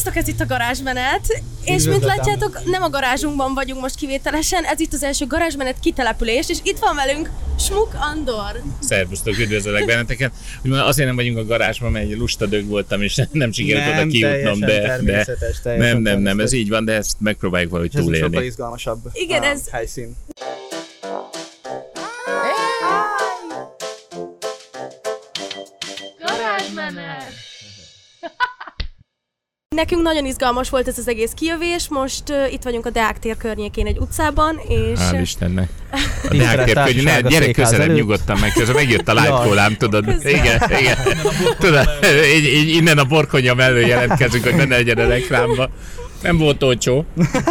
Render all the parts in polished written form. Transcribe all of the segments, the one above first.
Sziasztok, ez itt a Garázsmenet, és mint látjátok, nem a garázsunkban vagyunk most kivételesen, ez itt az első Garázsmenet kitelepülés, és itt van velünk Smuk Andor. Szervusztok, üdvözöllek benneteket. Azért nem vagyunk a garázsban, mert egy lusta dög voltam, és nem sikerült oda kijutnom, de nem, ez így van, de ezt megpróbáljuk valahogy túlélni. Ez sokkal izgalmasabb helyszín. Garázsmenet! Nekünk nagyon izgalmas volt ez az egész kijövés, most itt vagyunk a Deák tér környékén egy utcában, és... Hál' Istennek. A Deák tér környékén, gyerek közelebb nyugodtan meg, közben megjött a live kólám, tudod? Igen. Tudod, így innen a borkonya mellől jelentkezünk, hogy benne legyen a reklámba. Nem volt olcsó.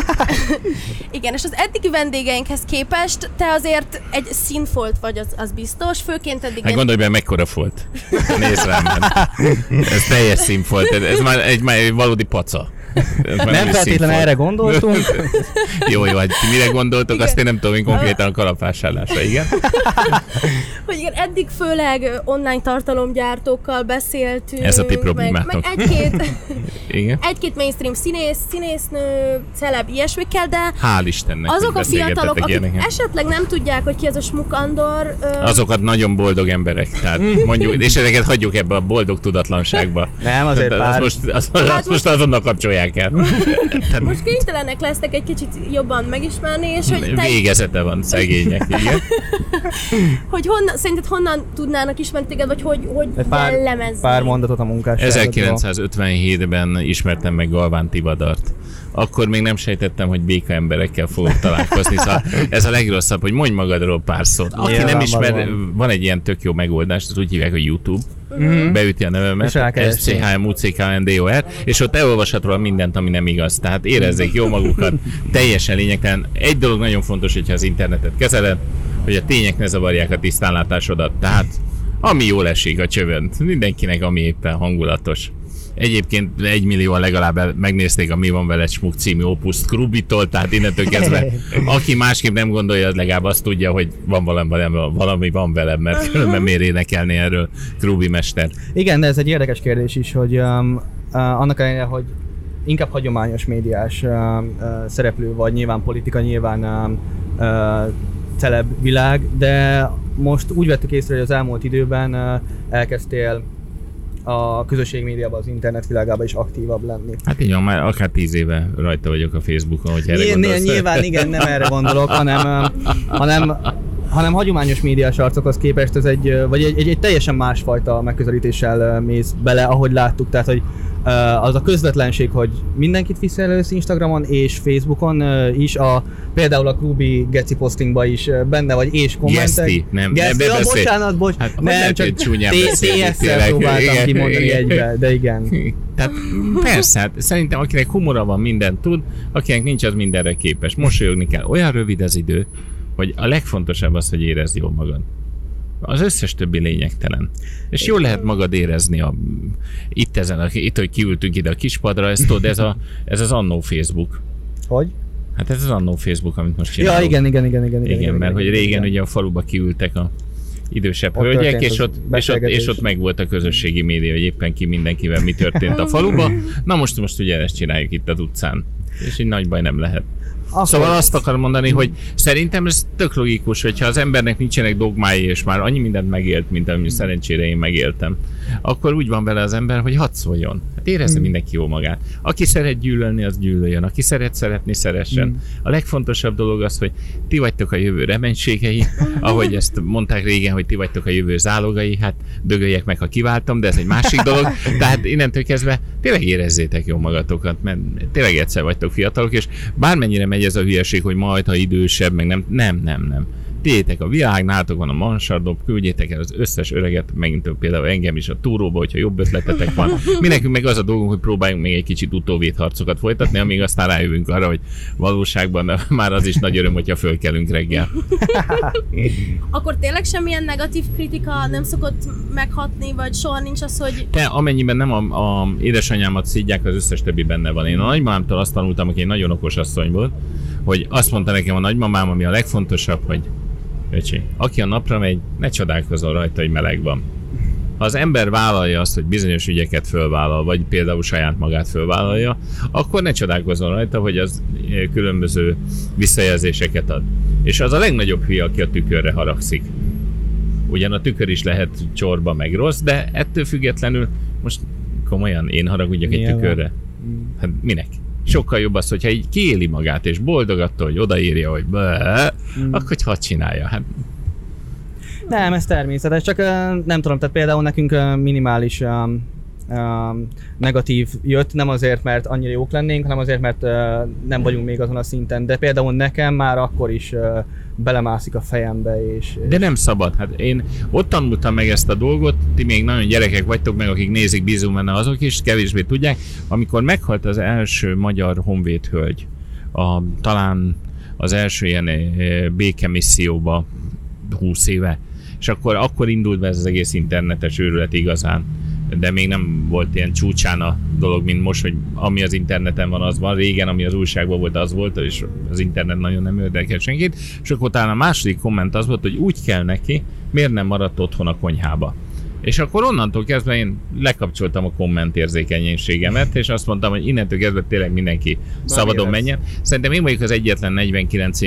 Igen, és az eddigi vendégenkhez képest te azért egy színfolt vagy, az biztos, főként eddig... Hát gondolj be, mekkora folt. Nézd rám, ez teljes színfolt, ez már egy valódi paca. Nem feltétlenül erre gondoltunk. Jó, hát mire gondoltok, igen. Azt én nem tudom, én konkrétan a kalapvásárlásra, igen? Hogy igen, eddig főleg online tartalomgyártókkal beszéltünk. Ez a ti problémátok. Meg egy-két mainstream színésznő, celeb, ilyesmikkel, de hál' Istennek, azok a fiatalok, akik esetleg nem tudják, hogy ki az a Smuk Andor... Azokat nagyon boldog emberek, tehát mondjuk, és ezeket hagyjuk ebbe a boldog tudatlanságba. Nem, azért pár. Most azonnal kapcsolják el. Most kénytelenek lesznek egy kicsit jobban megismerni, és hogy végezete van, szegények, igen. Hogy szerinted honnan tudnának ismerni téged, vagy hogy jellemezni? Pár mondatot a munkásságról. 1957-ben ismertem meg Galván Tivadart. Akkor még nem sejtettem, hogy béka emberekkel fogok találkozni. Szóval ez a legrosszabb, hogy mondj magadról pár szót. Aki nem ismer, van egy ilyen tök jó megoldás, az úgy hívják, hogy YouTube. Beüti a nevemet, SCHMUCKNDOR, és ott elolvashat róla mindent, ami nem igaz. Tehát érezzék jó magukat, teljesen lényegtelen. Egy dolog nagyon fontos, hogyha az internetet kezeled, hogy a tények ne zavarják a tisztánlátásodat. Tehát ami jól esik a csövön, mindenkinek ami éppen hangulatos. Egyébként 1 millióan legalább megnézték a Mi van veled Smuk című opuszt Krubitól, tehát innentől kezdve, aki másképp nem gondolja, az legalább azt tudja, hogy van valami van velem, mert különben miért énekelni erről Krubi mester. Igen, de ez egy érdekes kérdés is, hogy annak ellenére, hogy inkább hagyományos médiás szereplő vagy, nyilván politika, nyilván celeb világ, de most úgy vettük észre, hogy az elmúlt időben elkezdtél a közösségmédiában, az internet világában is aktívabb lenni. Hát így van, már akár 10 éve rajta vagyok a Facebookon, hogy erre gondolsz. Nyilván igen, nem erre gondolok, hanem hagyományos médiás arcokhoz képest ez egy teljesen másfajta megközelítéssel mész bele, ahogy láttuk, tehát hogy az a közvetlenség, hogy mindenkit visszajelölsz Instagramon és Facebookon is, például a Krubi geci postingban is benne vagy, és kommentek. Geszti, nem beszélj. Bocsánat, hát, nem, csak TS-szel próbáltam kimondani egybe, de igen. Tehát persze, hát szerintem akinek humora van, mindent tud, akinek nincs, az mindenre képes. Mosolyogni kell. Olyan rövid az idő, hogy a legfontosabb az, hogy érezd jól magad. Az összes többi lényegtelen. És jól lehet magad érezni itt, hogy kiültünk ide a kispadra, ezt tudod, ez az annó Facebook. Hogy? Hát ez az annó Facebook, amit most csinálunk. Ja, igen, mert hogy régen ugye a faluba kiültek a idősebb hölgyek, és ott meg volt a közösségi média, hogy éppen ki mindenkivel mi történt a faluba. Na most ugye ezt csináljuk itt az utcán. És így nagy baj nem lehet. Szóval azt akarom mondani, hogy szerintem ez tök logikus, hogyha az embernek nincsenek dogmái, és már annyi mindent megélt, mint amit szerencsére én megéltem, akkor úgy van vele az ember, hogy hadd szóljon. Hát érezze mindenki jó magát. Aki szeret gyűlölni, az gyűlöljön. Aki szeret szeretni, szeressen. A legfontosabb dolog az, hogy ti vagytok a jövő reménységei, ahogy ezt mondták régen, hogy ti vagytok a jövő zálogai, hát dögöljek meg, ha kiváltam, de ez egy másik dolog. Tehát innentől kezdve tényleg érezzétek jó magatokat, mert tényleg egyszer vagytok fiatalok, és bármennyire megy ez a hülyeség, hogy majd, ha idősebb, meg nem. Tiétek a világ, nálatok van a mansardob, küldjétek el az összes öreget, megint például engem is a túróba, hogyha jobb ötletetek van. Mi nekünk meg az a dolgunk, hogy próbáljunk még egy kicsit utóvédharcokat folytatni, amíg aztán rájövünk arra, hogy valóságban már az is nagy öröm, hogyha fölkelünk reggel. Akkor tényleg semmilyen negatív kritika nem szokott meghatni, vagy soha nincs az, hogy... Amennyiben nem a édesanyámat szídják, az összes többi benne van. Én a nagymamámtól azt tanultam, aki egy nagyon okos asszony volt, hogy azt mondta nekem a nagymamám, ami a legfontosabb, hogy öcsi, aki a napra megy, ne csodálkozzon rajta, hogy meleg van. Ha az ember vállalja azt, hogy bizonyos ügyeket fölvállal, vagy például saját magát fölvállalja, akkor ne csodálkozzon rajta, hogy az különböző visszajelzéseket ad. És az a legnagyobb hülye, aki a tükörre haragszik. Ugyan a tükör is lehet csorba meg rossz, de ettől függetlenül most komolyan én haragudjak egy tükörre? Hát minek? Sokkal jobb az, hogyha így kiéli magát, és boldog attól, hogy odaírja, hogy akkor hadd csinálja. Hát... Nem, ez természetes, csak nem tudom, tehát például nekünk minimális negatív jött, nem azért, mert annyira jók lennénk, hanem azért, mert nem vagyunk még azon a szinten, de például nekem már akkor is belemászik a fejembe. És... De nem szabad, hát én ott tanultam meg ezt a dolgot, ti még nagyon gyerekek vagytok meg, akik nézik Bízunk benne, azok is kevésbé tudják, amikor meghalt az első magyar honvédhölgy, talán az első ilyen békemisszióba 20 éve, és akkor indult be ez az egész internetes őrület igazán. De még nem volt ilyen csúcsán a dolog, mint most, hogy ami az interneten van, az van. Régen, ami az újságban volt, az volt, és az internet nagyon nem érdekel senkit. És akkor talán a második komment az volt, hogy úgy kell neki, miért nem maradt otthon a konyhába. És akkor onnantól kezdve én lekapcsoltam a kommentérzékenységemet, és azt mondtam, hogy innentől kezdve tényleg mindenki szabadon menjen. Szerintem én vagyok az egyetlen 49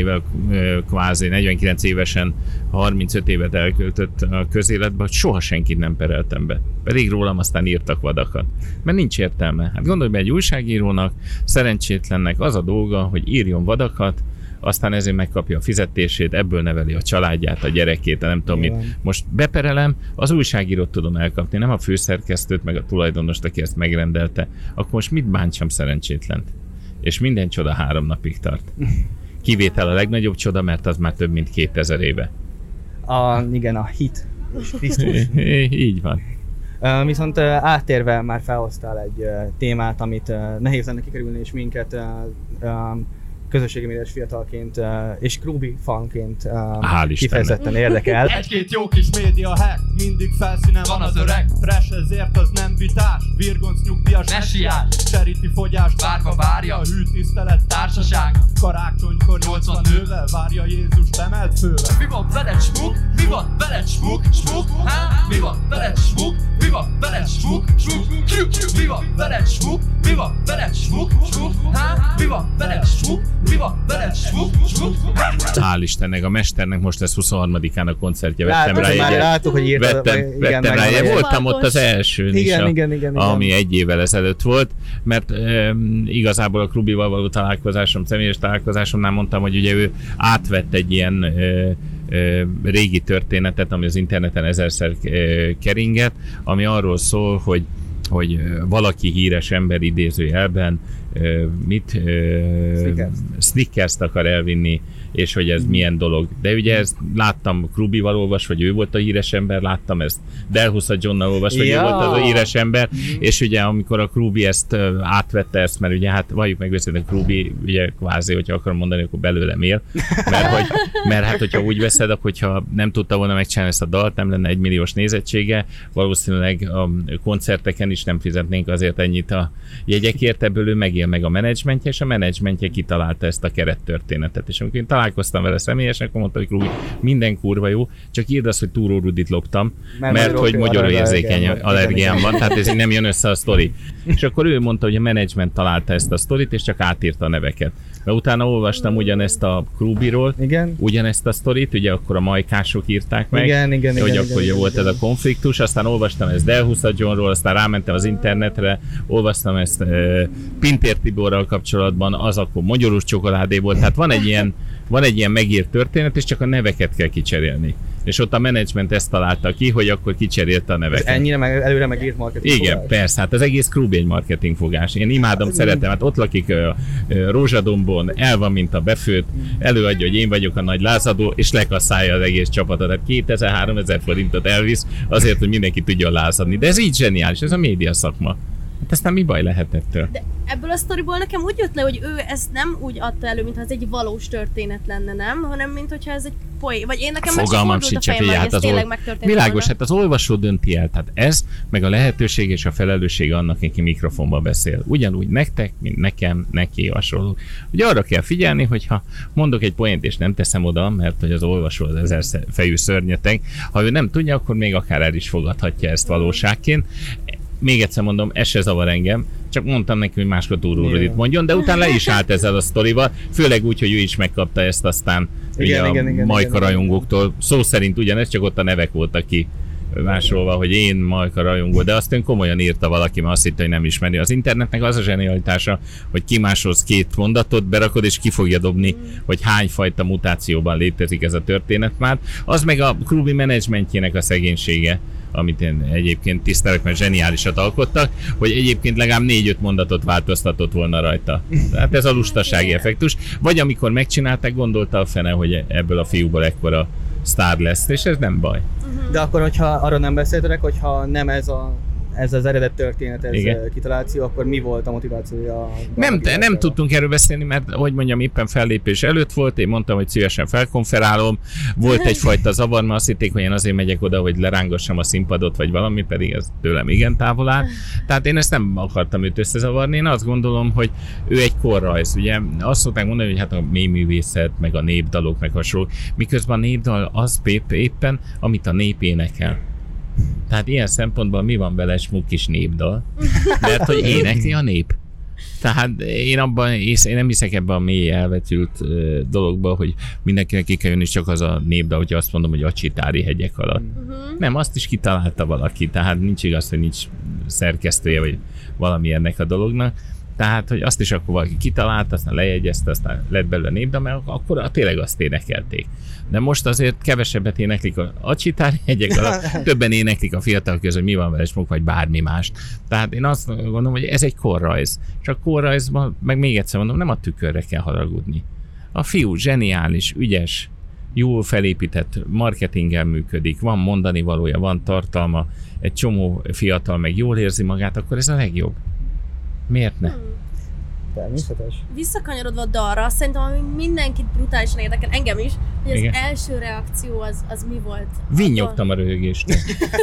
évesen 35 évet elköltött a közéletbe, hogy soha senkit nem pereltem be. Pedig rólam aztán írtak vadakat. Mert nincs értelme. Hát gondolj be, egy újságírónak, szerencsétlennek az a dolga, hogy írjon vadakat, aztán ezért megkapja a fizetését, ebből neveli a családját, a gyerekét, nem tudom mit. Most beperelem, az újságírót tudom elkapni, nem a főszerkesztőt, meg a tulajdonost, aki ezt megrendelte. Akkor most mit bántsam szerencsétlent? És minden csoda 3 napig tart. Kivétel a legnagyobb csoda, mert az már több mint 2000 éve. Igen, a hit. Krisztus. Így van. Viszont áttérve már felhoztál egy témát, amit nehéz lenne kikerülni, és minket közösségi médiás fiatalként és Krúbi fanként kifejezetten érdekel. Egy-két jó kis média hack, mindig felszínen van az öreg. Fresh ezért az nem vitás, virgonc nyugdíjas mesiás. Charity fogyás, várva várja, hű tisztelet társaság. Karácsonykor 80 nővel várja Jézust emelt fővel. Mi van veled smuk? Mi van veled smuk? Smuk? Mi van veled smuk? Mi van veled smuk? Smuk? Mi van veled smuk? Mi van veled smuk? Smuk? Mi van veled smuk? Mi van veled smuk? Smuk? Hál' Istennek, a mesternek most lesz 23-án a koncertje, vettem rá jegyet. Láttuk, hogy írtad. Vettem rá jegyet. Voltam ott az elsőn is, ami 1 évvel ezelőtt volt, mert igazából a Krubival való találkozásom, személyes találkozásomnál mondtam, hogy ugye ő átvett egy ilyen régi történetet, ami az interneten 1000-szer keringet, ami arról szól, hogy valaki híres ember idézőjelben Snickers-t akar elvinni, és hogy ez milyen dolog. De ugye ezt láttam Krubival olvasva, hogy ő volt a híres ember, láttam ezt Delhusa Johnnal olvasva, hogy ő volt az a híres ember, és ugye amikor a Krubi ezt átvette ezt, mert ugye hát valljuk meg őszintén, a Krubi ugye kvázi, hogyha akarom mondani, akkor belőlem él, mert hát hogyha úgy veszed, akkor hogyha nem tudta volna megcsinálni ezt a dalt, nem lenne 1 milliós nézettsége, valószínűleg a koncerteken is nem fizetnénk azért ennyit a jegyekért, ebből ő megél meg a menedzsmentje, és a menedzsmentje kitalálta ezt a kerettörténetet. És amikor én találkoztam vele személyesen, akkor mondta, hogy Krubi, minden kurva jó, csak írd azt, hogy Túró Rudit loptam, mert hogy mogyoróérzékeny allergiám van, tehát ez így nem jön össze a sztori. És akkor ő mondta, hogy a menedzsment találta ezt a sztorit, és csak átírta a neveket. Mert utána olvastam ugyanezt a Krubiról, ugyanezt a sztorit, ugye akkor a majkások írták meg, hogy akkor volt ez a konfliktus, aztán olvastam ezt Delhusa Johnról, aztán rámentem az internetre, olvastam ezt Pintér Tiborral kapcsolatban, az akkor mogyorós csokoládé volt, tehát van egy ilyen megírt történet, és csak a neveket kell kicserélni. És ott a menedzsment ezt találta ki, hogy akkor kicserélte a neveket. Ez ennyire előre megírt marketing fogás. Igen, persze, hát az egész Krubi egy marketing fogás. Én imádom, szeretem, hát ott lakik Rózsadombon, el van, mint a befőtt, előadja, hogy én vagyok a nagy lázadó, és lekasszálja az egész csapatot. Tehát 2000-3000 forintot elvisz azért, hogy mindenki tudjon lázadni. De ez így zseniális, ez a média szakma. Hát aztán mi baj lehet ettől? De ebből a sztoriból nekem úgy jött le, hogy ő ezt nem úgy adta elő, mintha ez egy valós történet lenne, nem? Hanem mintha ez egy poén. Vagy én nekem fogalmam sincs, hogy ez tényleg megtörtént. Világos, hát az olvasó dönti el. Tehát ez, meg a lehetőség és a felelősség annak, aki mikrofonba beszél. Ugyanúgy nektek, mint nekem, neki hasonló. Ugye arra kell figyelni, hogyha mondok egy poént és nem teszem oda, mert hogy az olvasó az 1000 fejű szörnyeteg, ha ő nem tudja, akkor még akár el is fogadhatja ezt valóságként. Még egyszer mondom, ez se zavar engem, csak mondtam neki, hogy máskor túrúrudit mondjon, de utána le is állt ezzel a sztorival, főleg úgy, hogy ő is megkapta ezt aztán igen, Majka rajongóktól. Szó szerint ugyanez, csak ott a nevek voltak ki másolva, hogy én Majka rajongó, de azt ön komolyan írta valaki, mert azt hitte, hogy nem ismeri. Az internetnek az a zsenialitása, hogy kimásolsz 2 mondatot, berakod és ki fogja dobni, hogy hányfajta mutációban létezik ez a történet már. Az meg a klubi menedzsmentjének a szegénysége, amit én egyébként tisztelek, mert zseniálisat alkottak, hogy egyébként legalább 4-5 mondatot változtatott volna rajta. Tehát ez a lustasági effektus. Vagy amikor megcsinálták, gondolta a fene, hogy ebből a fiúból ekkora sztár lesz, és ez nem baj. De akkor, hogyha arra nem beszéltek, hogyha nem ez az eredet történet, ez kitaláció, akkor mi volt a motivációja? Nem tudtunk erről beszélni, mert hogy mondjam, éppen fellépés előtt volt, én mondtam, hogy szívesen felkonferálom, volt egyfajta zavar, mert azt hitték, hogy én azért megyek oda, hogy lerángassam a színpadot, vagy valami, pedig ez tőlem igen távol áll. Tehát én ezt nem akartam őt összezavarni, én azt gondolom, hogy ő egy korrajz. Ugye azt szokták mondani, hogy hát a mélyművészet, meg a népdalok, meg hasonlók, miközben a népdal az éppen, amit a nép énekel. Tehát ilyen szempontból mi van vele smuk kis népdal? Mert hogy énekli a nép. Tehát én nem hiszek ebben a mély elvetült dologba, hogy mindenkinek ki kell jönni, csak az a népdal, hogyha azt mondom, hogy a Csitári hegyek alatt. Nem, azt is kitalálta valaki, tehát nincs igaz, hogy nincs szerkesztője, vagy valami ennek a dolognak. Tehát, hogy azt is akkor valaki kitalált, aztán lejegyezte, aztán lett belőle népdal, mert akkor tényleg azt énekelték. De most azért kevesebbet éneklik a Csitári hegyek alatt, többen éneklik a fiatal közül, hogy mi van vele smuk, vagy bármi mást. Tehát én azt gondolom, hogy ez egy korrajz. Csak korrajzban, meg még egyszer mondom, nem a tükörre kell haragudni. A fiú zseniális, ügyes, jól felépített, marketinggel működik, van mondani valója, van tartalma, egy csomó fiatal meg jól érzi magát, akkor ez a legjobb. Miért ne? Természetes. Visszakanyarodva a dalra, szerintem ami mindenkit brutálisan érdekel, engem is, hogy az első reakció az mi volt? Vinnyogtam a röhögéstől.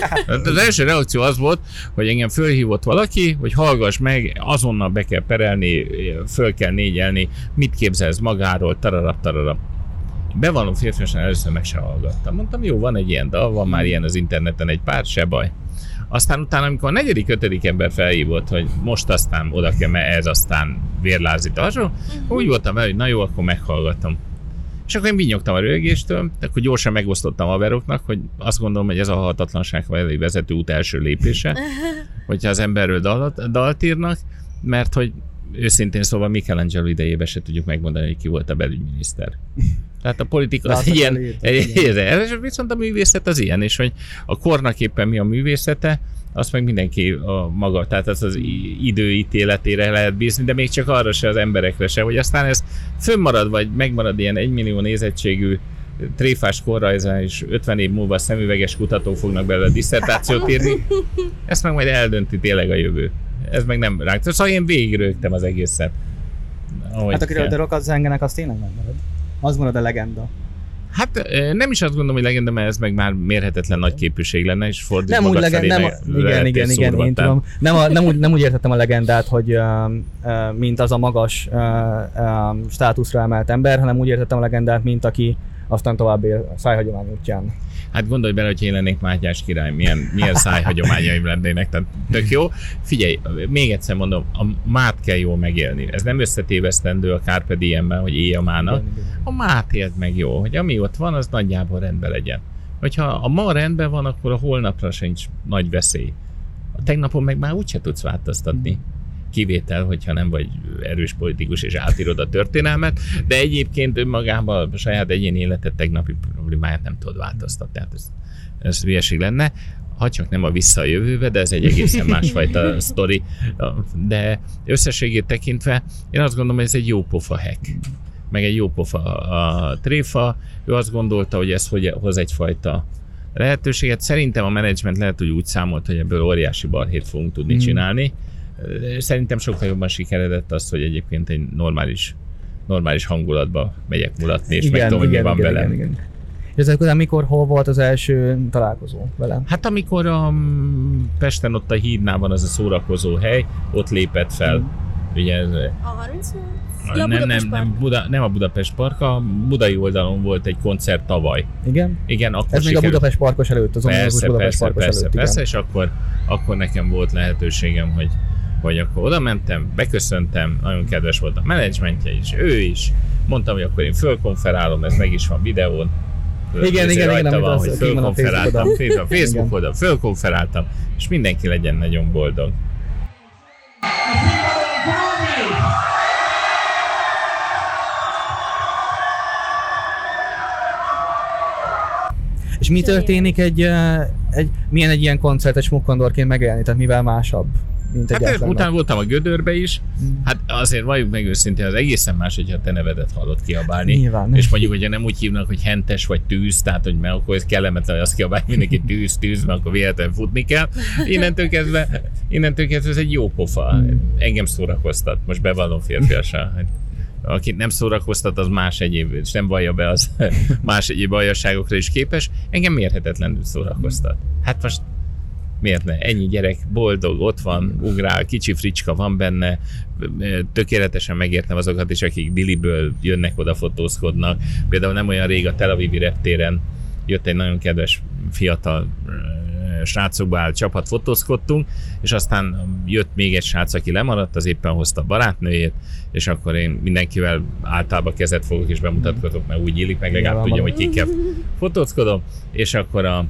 Az első reakció az volt, hogy engem fölhívott valaki, hogy hallgass meg, azonnal be kell perelni, föl kell négyelni, mit képzelsz magáról, tararap. Bevallom férfiasan, először meg se hallgattam. Mondtam, jó, van egy ilyen dal, van már ilyen az interneten egy pár, se baj. Aztán utána, amikor a 4.-5. ember felhívott, hogy most aztán oda kell, mert ez aztán vérlázít alsó, úgy voltam vele, hogy na jó, akkor meghallgatom. És akkor én vinnyogtam a röhögéstől, akkor gyorsan megosztottam a haveroknak, hogy azt gondolom, hogy ez a halhatatlanság felé vezető út első lépése, hogyha az emberről dalt írnak, mert hogy őszintén szóval Michelangelo idejében se tudjuk megmondani, hogy ki volt a belügyminiszter. Tehát a politika az ilyen, viszont a művészet az ilyen, és hogy a kornak éppen mi a művészete, azt meg mindenki a maga, tehát az időítéletére lehet bízni, de még csak arra se, az emberekre se, hogy aztán ez fönnmarad, vagy megmarad ilyen 1 millió nézettségű tréfás korrajzán, és 50 év múlva szemüveges kutatók fognak belőle disszertációt írni, ezt meg majd eldönti tényleg a jövő. Ez meg nem ránk. Szóval én végigrögtem az egészet. Hát akiről a rokat zengenek, az tényleg megmarad. Az marad a legenda. Hát nem is azt gondolom, hogy legenda, mert ez meg már mérhetetlen nagy képűség lenne, és fordít nem úgy igen, én tudom. Nem úgy értettem a legendát, hogy mint az a magas státuszra emelt ember, hanem úgy értettem a legendát, mint aki aztán tovább él szájhagyomány útján. Hát gondolj bele, hogy én lennék Mátyás király, milyen szájhagyományaim lennének, tehát tök jó. Figyelj, még egyszer mondom, a mát kell jól megélni. Ez nem összetévesztendő a Carpe Diem-ben, hogy élj a mának. A mát éld meg jó, hogy ami ott van, az nagyjából rendben legyen. Hogyha a ma rendben van, akkor a holnapra sincs nagy veszély. A tegnapon meg már úgyse tudsz változtatni. Kivétel, hogyha nem vagy erős politikus és átírod a történelmet, de egyébként önmagában a saját egyéni életed tegnapi problémáját nem tudod változtatni. Tehát ez hülyeség lenne, ha csak nem a Vissza a jövőbe, de ez egy egészen másfajta sztori. De összességét tekintve én azt gondolom, hogy ez egy jó pofa hack. Meg egy jó pofa a tréfa. Ő azt gondolta, hogy ez hoz egyfajta lehetőséget. Szerintem a menedzsment lehet, hogy úgy számolt, hogy ebből óriási balhét fogunk tudni csinálni. szerintem sokkal jobban sikeredett az, hogy egyébként egy normális hangulatba megyek mulatni, és meg tudom, hogy mi van velem. Igen. És ezek után hol volt az első találkozó velem? Hát amikor a Pesten ott a hídnál van az a szórakozó hely, ott lépett fel. Ugye, a 38? Nem a Budapest Park, a budai oldalon volt egy koncert tavaly. Igen, akkor ez még a Budapest Parkos előtt, az Budapest Parkos előtt. Persze, és akkor nekem volt lehetőségem, hogy akkor oda mentem, beköszöntem, nagyon kedves volt a menedzsmentje is, ő is. Mondtam, hogy akkor én fölkonferálom, ez meg is van videón. Igen, van, hogy fölkonferáltam, a Facebook oldalon fölkonferáltam, és mindenki legyen nagyon boldog. És mi történik milyen egy ilyen koncertes smukkondorként megélni, tehát mivel másabb? Hát utána voltam a Gödörbe is, hát azért valljuk meg őszintén, az egészen más, hogyha a te nevedet hallott kiabálni. Nyilván. És mondjuk, hogyha nem úgy hívnak, hogy Hentes vagy Tűz, tehát hogy mert akkor ez kellemetlen, hogy azt kiabálni mindenki tűz, mert akkor véletlenül futni kell. Innentől kezdve ez egy jó pofa. Engem szórakoztat, most bevallom férfiasan. Akit nem szórakoztat, az más egyéb, és nem vallja be, az más egyéb aljasságokra is képes. Engem mérhetetlenül szórakoztat. Hát most miért ne? Ennyi gyerek, boldog, ott van, ugrál, kicsi fricska van benne, tökéletesen megértem azokat is, akik Diliből jönnek oda, fotózkodnak. Például nem olyan rég a Tel Avivi reptéren jött egy nagyon kedves fiatal srácokba állt csapat, fotózkodtunk, és aztán jött még egy srác, aki lemaradt, az éppen hozta a barátnőjét, és akkor én mindenkivel általában kezet fogok és bemutatkozok, mert úgy illik, meg legalább tudjam, hogy kikkel fotózkodom, és akkor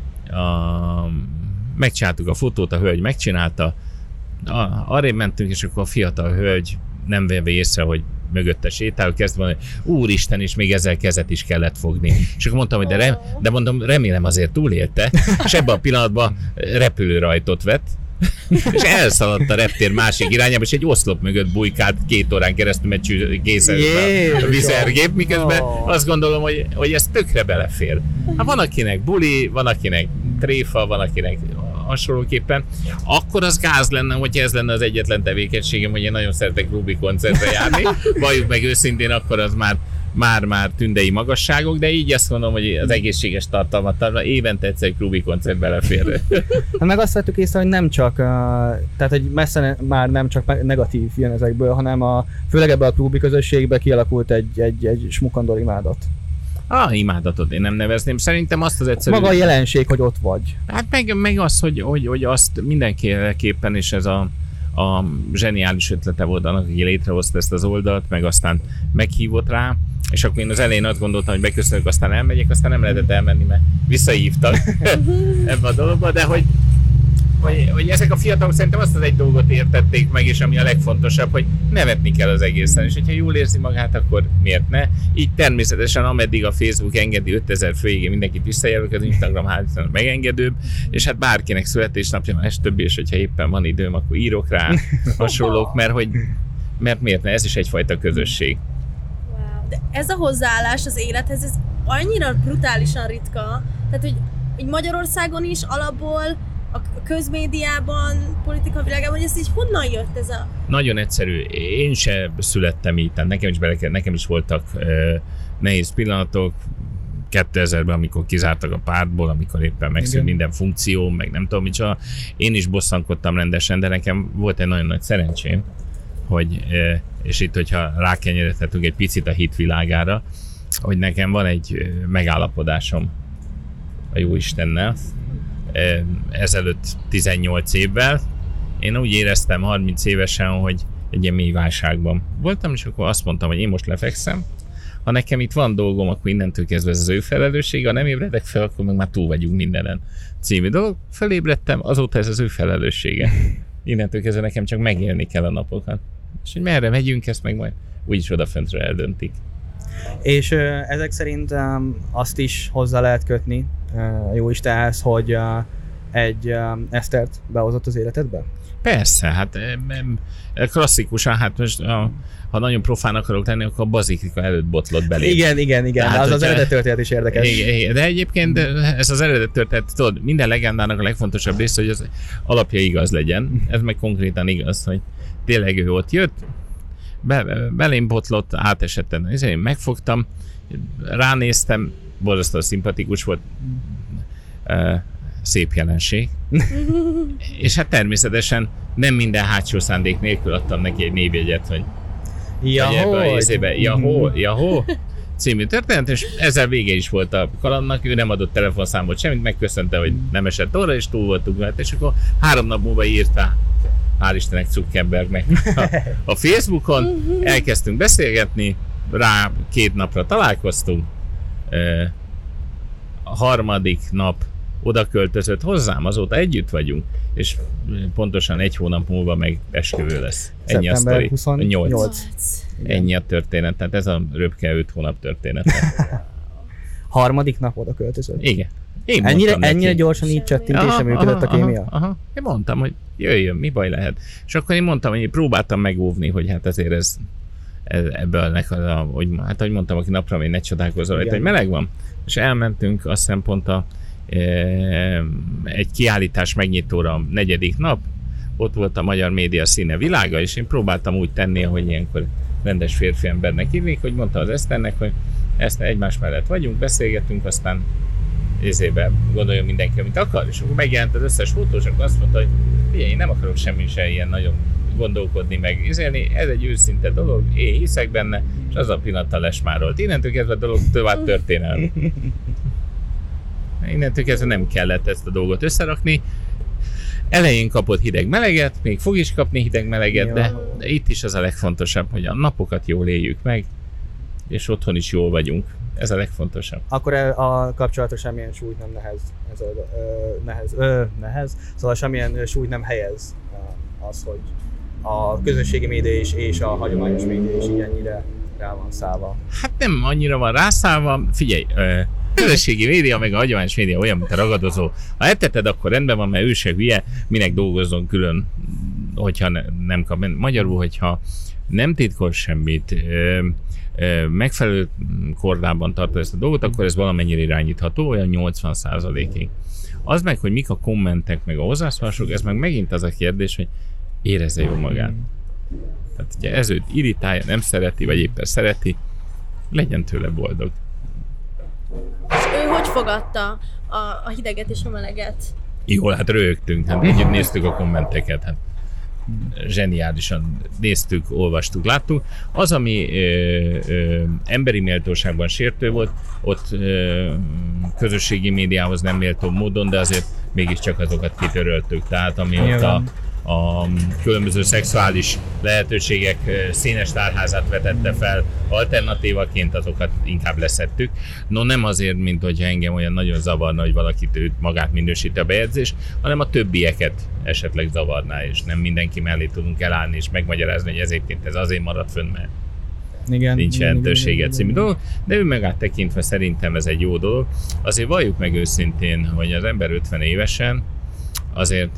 megcsináltuk a fotót, a hölgy megcsinálta, arrébb mentünk, és akkor a fiatal hölgy nem véve észre, hogy mögötte sétál, kezdve mondani, úristen, és még ezzel kezet is kellett fogni. És akkor mondtam, hogy de mondom, remélem azért túlélte, és ebben a pillanatban repülőrajtot vett, és elszaladt a reptér másik irányába, és egy oszlop mögött bujkált 2 órán keresztül, mert készült a vizergép, miközben azt gondolom, hogy ez tökre belefér. Hát van akinek buli, van akinek tréfa, van akinek hasonlóképpen, akkor az gáz lenne, hogyha ez lenne az egyetlen tevékenységem, hogy én nagyon szeretek Rubi koncertre járni. Valljuk meg őszintén, akkor az már tündei magasságok, de így azt mondom, hogy az egészséges tartalmat tartalma, évente egyszer egy Rubi koncert belefér. Hát meg azt vettük észre, hogy nem csak, tehát egy messze már nem csak negatív jön ezekből, hanem főleg ebben a Rubi közösségben kialakult egy smukkandor imádat. Imádatot én nem nevezném. Szerintem azt az egyszerű... Maga a jelenség, hogy ott vagy. Hát meg az, hogy azt mindenképpen, és ez a zseniális ötlete volt annak, aki létrehozta ezt az oldalt, meg aztán meghívott rá, és akkor én az elején azt gondoltam, hogy beköszönök, aztán elmegyek, aztán nem lehetett elmenni, mert visszahívtak ebbe a dologba, de hogy ezek a fiatalok szerintem azt az egy dolgot értették meg, és ami a legfontosabb, hogy nevetni kell az egészen, és hogyha jól érzi magát, akkor miért ne? Így természetesen, ameddig a Facebook engedi 5000 főig, mindenkit visszajelölök, az Instagram hálózat megengedőbb, és hát bárkinek születésnapja van, és többi, és hogyha éppen van időm, akkor írok rá hasonlók, mert miért ne? Ez is egyfajta közösség. Wow. De ez a hozzáállás az élethez, ez annyira brutálisan ritka, tehát hogy Magyarországon is alapból a közmédiában, politika világában, hogy ez így honnan jött ez a... Nagyon egyszerű. Én se születtem így, tehát nekem is voltak nehéz pillanatok. 2000-ben, amikor kizártak a pártból, amikor éppen megszűnt minden funkció, meg nem tudom micsoda. Én is bosszankodtam rendesen, de nekem volt egy nagyon nagy szerencsém, hogy, és itt, hogyha rákenyeredhetünk egy picit a hitvilágára, hogy nekem van egy megállapodásom a Jóistennel, ezelőtt 18 évvel. Én úgy éreztem 30 évesen, hogy egy ilyen mély válságban voltam, és akkor azt mondtam, hogy én most lefekszem. Ha nekem itt van dolgom, akkor innentől kezdve ez az ő felelőssége, ha nem ébredek fel, akkor meg már túl vagyunk mindenen. Című dolog. Felébredtem, azóta ez az ő felelőssége. Innentől kezdve nekem csak megélni kell a napokat. És hogy merre megyünk, ezt meg majd úgyis odaföntről eldöntik. És ezek szerint azt is hozzá lehet kötni Jóistenhez, hogy egy Esztert behozott az életedbe? Persze, hát klasszikusan, hát most ha nagyon profán akarok lenni, akkor a bazilika előtt botlott belé. Igen. Hát, az eredet történet is érdekes. Igen, de egyébként ez az eredet történet, tudod, minden legendának a legfontosabb része, hogy az alapja igaz legyen. Ez meg konkrétan igaz, hogy tényleg ő ott jött, belém botlott, átesetten, én megfogtam, ránéztem, borzasztóan szimpatikus volt, szép jelenség. És hát természetesen nem minden hátsó szándék nélkül adtam neki egy névjegyet, hogy Jahó című történet, és ezzel vége is volt a kalandnak, ő nem adott telefonszámot semmit, megköszönte, hogy nem esett orra, és túl voltunk vele, és akkor 3 nap múlva írta, hál' Istennek Zuckerbergnek a Facebookon, elkezdtünk beszélgetni, rá 2 napra találkoztunk, a 3. nap oda költözött hozzám, azóta együtt vagyunk, és pontosan 1 hónap múlva meg esküvő lesz. Ennyi a sztori. 28. Ennyi a történet, tehát ez a röpke 5 hónap történet. 3. nap oda költözött. Igen. Ennyire gyorsan így csettintésre működött a kémia? Én mondtam, hogy jöjjön, mi baj lehet. És akkor én mondtam, hogy próbáltam megóvni, hogy hát azért ez ebből ahogy mondtam, aki napra még ne csodálkozzon rajta, hogy meleg van. És elmentünk, azt hiszem pont egy kiállítás megnyitóra a 4. nap, ott volt a magyar média színe világa, és én próbáltam úgy tenni, hogy ilyenkor rendes férfi embernek hívnék, hogy mondta az Eszternek, hogy ezt egymás mellett vagyunk, beszélgetünk, aztán gondoljon mindenki, amit akar, és akkor megjelent az összes fotós, akkor azt mondta, hogy figyelj, én nem akarok semmi se ilyen nagyon gondolkodni, meg izélni, ez egy őszinte dolog, én hiszek benne, és az a pillanattal lesmárolt. Innentől kezdve a dolog tovább történelmi. Innentől kezdve nem kellett ezt a dolgot összerakni. Elején kapott hideg-meleget, még fog is kapni hideg-meleget, de itt is az a legfontosabb, hogy a napokat jól éljük meg, és otthon is jól vagyunk. Ez a legfontosabb. Akkor a kapcsolatra semmilyen súlyt nem nehez, szóval semmilyen súlyt nem helyez az, hogy a közösségi média is és a hagyományos média is ennyire rá van szállva. Hát nem annyira van rászállva, figyelj, közösségi média meg a hagyományos média olyan, mint a ragadozó. Ha etteted, akkor rendben van, mert ő se hülye, minek dolgozzon külön, hogyha nem kap. Magyarul, hogyha nem titkol semmit, megfelelő kordában tartod ezt a dolgot, akkor ez valamennyire irányítható, olyan 80%-ig. Az meg, hogy mik a kommentek, meg a hozzászólások, ez meg megint az a kérdés, hogy érezze jól magát. Tehát, hogyha ez őt irritálja, nem szereti, vagy éppen szereti, legyen tőle boldog. És ő hogy fogadta a hideget és a meleget? Jól, hát röhögtünk, hát együtt néztük a kommenteket, hát zseniálisan néztük, olvastuk, láttuk. Az, ami emberi méltóságban sértő volt, ott közösségi médiához nem méltó módon, de azért mégiscsak azokat kitöröltük. Tehát ami ott a különböző szexuális lehetőségek színes tárházát vetette fel alternatívaként, azokat inkább leszettük. No, nem azért, mint hogyha engem olyan nagyon zavarna, hogy valakit őt magát minősít a bejegyzés, hanem a többieket esetleg zavarná, és nem mindenki mellé tudunk elállni és megmagyarázni, hogy ezért ez azért maradt fönn, mert nincs jelentőséget című dolog, de ő meg áttekintve szerintem ez egy jó dolog. Azért valljuk meg őszintén, hogy az ember 50 évesen azért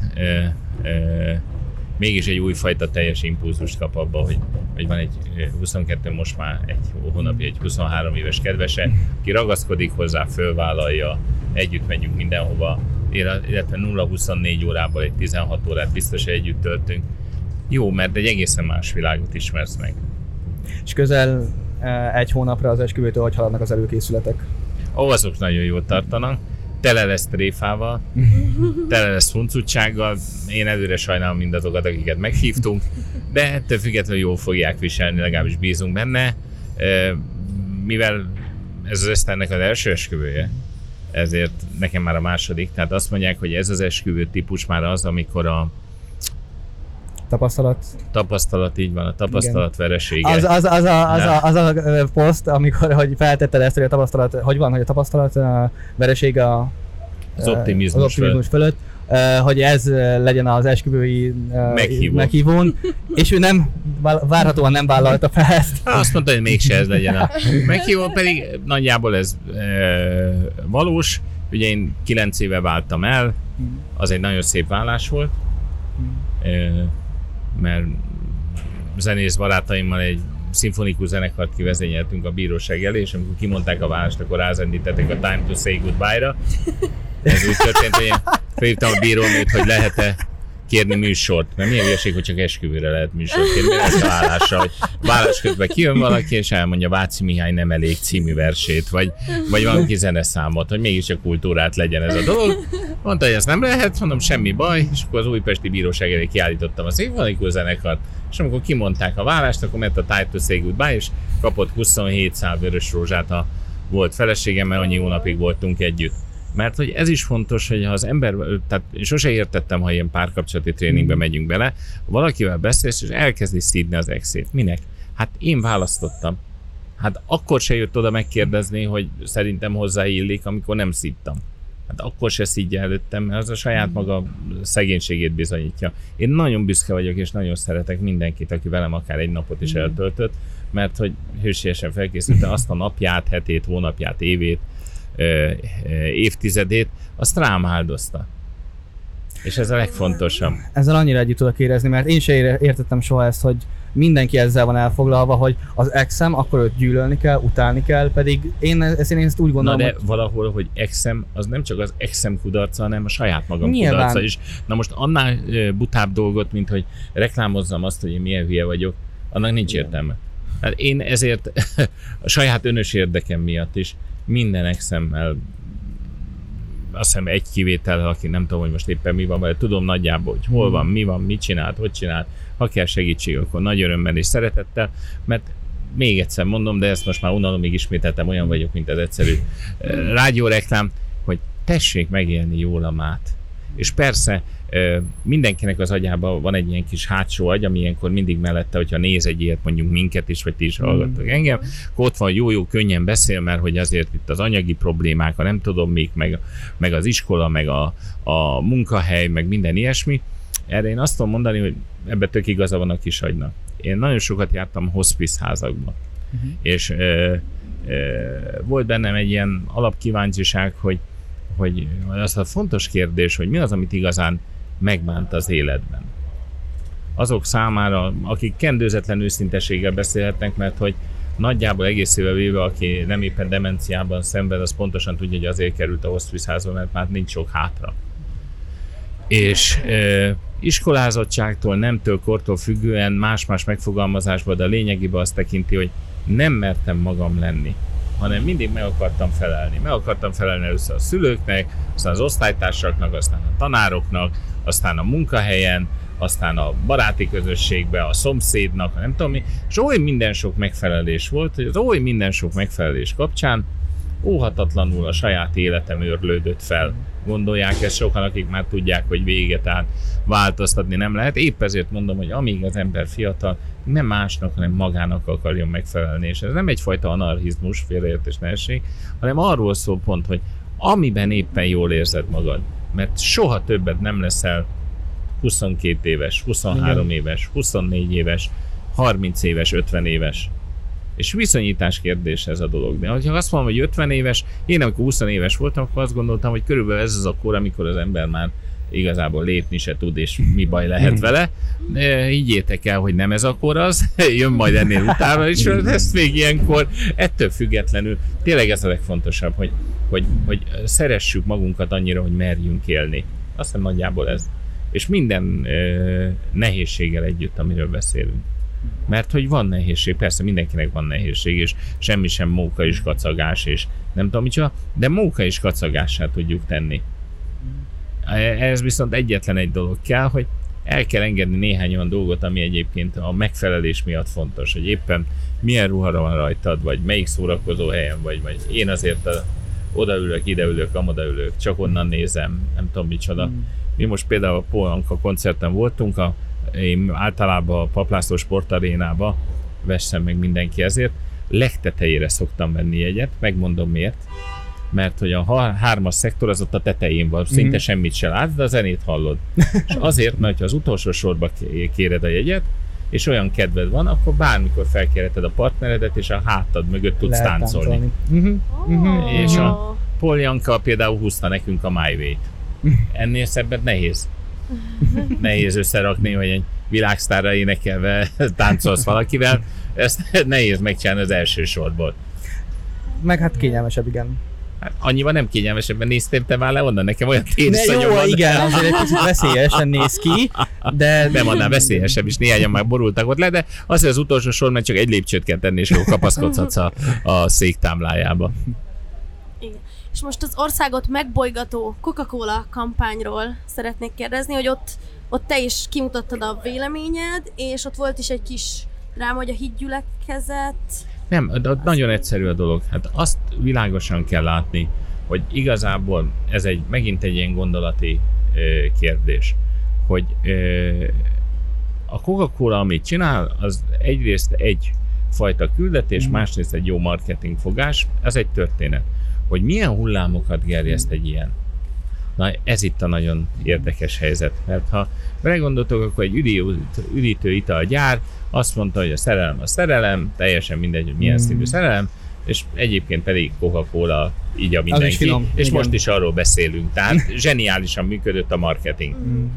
mégis egy újfajta teljes impulzust kap abba, hogy van egy 22, most már egy hónapja egy 23 éves kedvese, aki ragaszkodik hozzá, fölvállalja, együtt megyünk mindenhova, illetve 0-24 órából egy 16 órát biztos együtt töltünk. Jó, mert egy egészen más világot ismersz meg. És közel 1 hónapra az esküvőtől, hogy haladnak az előkészületek? Azok nagyon jól tartanak. Tele lesz tréfával, tele lesz huncutsággal, én előre sajnálom mindazokat, akiket meghívtunk, de ettől függetlenül jól fogják viselni, legalábbis bízunk benne. Mivel ez az Eszternek az első esküvője, ezért nekem már a második, tehát azt mondják, hogy ez az esküvő típus már az, amikor a tapasztalat, így van, a tapasztalat veresége. Az a poszt, amikor hogy feltetted ezt, hogy a tapasztalat, hogy van, hogy a tapasztalat veresége az optimizmus fölött, hogy ez legyen az esküvői meghívón, és ő várhatóan nem vállalta fel ezt. Azt mondta, hogy mégse ez legyen a meghívó, pedig nagyjából ez valós. Ugye én 9 éve váltam el, az egy nagyon szép vállás volt, mert zenész barátaimmal egy szimfonikus zenekart kivezényeltünk a bíróság elé, és amikor kimondták a választ, akkor rázendítettek a Time to Say Goodbye-ra. Ez úgy történt, hogy én felhívtam a bírónőt, hogy lehet-e kérni műsort, mert milyen hülyeség, hogy csak esküvőre lehet műsort kérni, ez a vállásra, hogy vállás közben kijön valaki, és elmondja Váci Mihály Nem elég című versét, vagy valami zeneszámot, hogy mégiscsak kultúrát legyen ez a dolog. Mondta, hogy ez nem lehet, mondom, semmi baj, és akkor az újpesti bíróság elé kiállítottam a szimfonikus zenekart, és amikor kimondták a vállást, akkor ment a Time to Say Goodbye, és kapott 27 szál vörös rózsát a volt feleségem, mert annyi hónapig voltunk együtt. Mert hogy ez is fontos, hogy ha az ember, tehát sose értettem, ha ilyen párkapcsolati tréningbe megyünk bele, valakivel beszélsz, és elkezdi szídni az exét. Minek? Hát én választottam. Hát akkor se jött oda megkérdezni, hogy szerintem hozzáillik, amikor nem szídtam. Hát akkor se szídja előttem, mert az a saját maga szegénységét bizonyítja. Én nagyon büszke vagyok, és nagyon szeretek mindenkit, aki velem akár egy napot is eltöltött, mert hogy hősiesen felkészülte azt a napját, hetét, hónapját, évét, évtizedét, azt rám áldozta. És ez a legfontosabb. Ezzel annyira együtt tudok érezni, mert én se értettem soha ezt, hogy mindenki ezzel van elfoglalva, hogy az exem, akkor őt gyűlölni kell, utálni kell, pedig én ezt úgy gondolom, na de hogy... valahol, hogy exem, az nem csak az exem kudarca, hanem a saját magam kudarca is. Na most annál butább dolgot, mint hogy reklámozzam azt, hogy én milyen hülye vagyok, annak nincs értelme. Hát én ezért a saját önös érdekem miatt is minden exemmel, azt hiszem egy kivétel, aki nem tudom, hogy most éppen mi van, vagy tudom nagyjából, hogy hol van, mi van, mit csinált, hogy csinált, ha kell segítség, akkor nagy örömmel és szeretettel, mert még egyszer mondom, de ezt most már unalomig ismételtem, olyan vagyok, mint az egyszerű rádióreklám, hogy tessék megélni jól a mát. És persze mindenkinek az agyában van egy ilyen kis hátsó agy, ami ilyenkor mindig mellette, hogyha néz egy ilyet, mondjuk minket is, vagy ti is hallgattok engem, akkor ott van jó, könnyen beszél, mert hogy azért itt az anyagi problémák, a nem tudom még, meg az iskola, meg a munkahely, meg minden ilyesmi. Erre én azt tudom mondani, hogy ebbe tök igaza van a kis agynak. Én nagyon sokat jártam hospice házakba, és volt bennem egy ilyen alapkíváncsiság, hogy az a fontos kérdés, hogy mi az, amit igazán megbánt az életben. Azok számára, akik kendőzetlen őszinteséggel beszélhetnek, mert hogy nagyjából egészével véve, aki nem éppen demenciában szenved, az pontosan tudja, hogy azért került a hospice házba, mert már nincs sok hátra. És iskolázottságtól, nemtől, kortól függően más-más megfogalmazásban, de a lényegében azt tekinti, hogy nem mertem magam lenni, hanem mindig meg akartam felelni. Meg akartam felelni először a szülőknek, aztán az osztálytársaknak, aztán a tanároknak, aztán a munkahelyen, aztán a baráti közösségbe, a szomszédnak, nem tudom mi. És oly minden sok megfelelés volt, hogy az oly minden sok megfelelés kapcsán óhatatlanul a saját életem őrlődött fel. Gondolják ezt sokan, akik már tudják, hogy vége, tehát változtatni nem lehet. Épp ezért mondom, hogy amíg az ember fiatal, nem másnak, hanem magának akarjon megfelelni. És ez nem egyfajta anarchizmus, félreértés ne essék, hanem arról szól pont, hogy amiben éppen jól érzed magad. Mert soha többet nem leszel 22 éves, 23 éves, 24 éves, 30 éves, 50 éves. És viszonyítás kérdés ez a dolog. De ha azt mondom, hogy 50 éves, én amikor 20 éves voltam, akkor azt gondoltam, hogy körülbelül ez az a kor, amikor az ember már igazából lépni se tud, és mi baj lehet vele. Higgyétek el, hogy nem ez a kor az, jön majd ennél utána is, ezt még ilyenkor. Ettől függetlenül tényleg ez a legfontosabb, hogy szeressük magunkat annyira, hogy merjünk élni. Azt hiszem nagyjából ez. És minden nehézséggel együtt, amiről beszélünk. Mert hogy van nehézség, persze mindenkinek van nehézség, és semmi sem móka és kacagás, és nem tudom micsoda, de móka és kacagássá tudjuk tenni. Ez viszont egyetlen egy dolog kell, hogy el kell engedni néhány olyan dolgot, ami egyébként a megfelelés miatt fontos, hogy éppen milyen ruhara van rajtad, vagy melyik szórakozó helyen vagy én azért odaülök, ideülök, amodaülök, csak onnan nézem, nem tudom micsoda. Mi most például a Paul Anka koncerten voltunk, én általában a Paplászló sportarénába vessem meg mindenki ezért. Legtetejére szoktam venni jegyet, megmondom miért. Mert hogy a 3-as szektor az ott a tetején van, szinte semmit se látsz, de a zenét hallod. És azért, mert ha az utolsó sorba kéred a jegyet, és olyan kedved van, akkor bármikor felkérheted a partneredet, és a hátad mögött tudsz táncolni. És a Paul Anka például húzta nekünk a My Way-t. Ennél szebbet nehéz. nehéz összerakni, hogy egy világsztárra énekelve táncolsz valakivel, ezt nehéz megcsinálni az első sorból. Meg hát kényelmesebb, igen. Hát annyiban nem kényelmesebben néztem te már le onnan, nekem olyan tériszonyom van. Igen, azért egy kicsit veszélyesen néz ki, de... Nem annál veszélyesebb is, néhányan már borultak ott le, de azért az utolsó sor, mert csak egy lépcsőt kell tenni, és akkor kapaszkodhatsz a széktámlájába. Igen. És most az országot megbolygató Coca-Cola kampányról szeretnék kérdezni, hogy ott te is kimutattad a véleményed, és ott volt is egy kis dráma, hogy a hitgyülekezet... Nem, de nagyon egyszerű a dolog. Hát azt világosan kell látni, hogy igazából ez megint egy ilyen gondolati kérdés, hogy a Coca-Cola, amit csinál, az egyrészt egyfajta küldetés, másrészt egy jó marketingfogás, ez egy történet. Hogy milyen hullámokat gerjeszt egy ilyen. Na, ez itt a nagyon érdekes helyzet, mert ha belegondoltok, akkor egy üdítő italgyár azt mondta, hogy a szerelem, teljesen mindegy, hogy milyen színű szerelem, és egyébként pedig Coca-Cola, így a mindenki, finom, és igen. Most is arról beszélünk, tehát zseniálisan működött a marketing.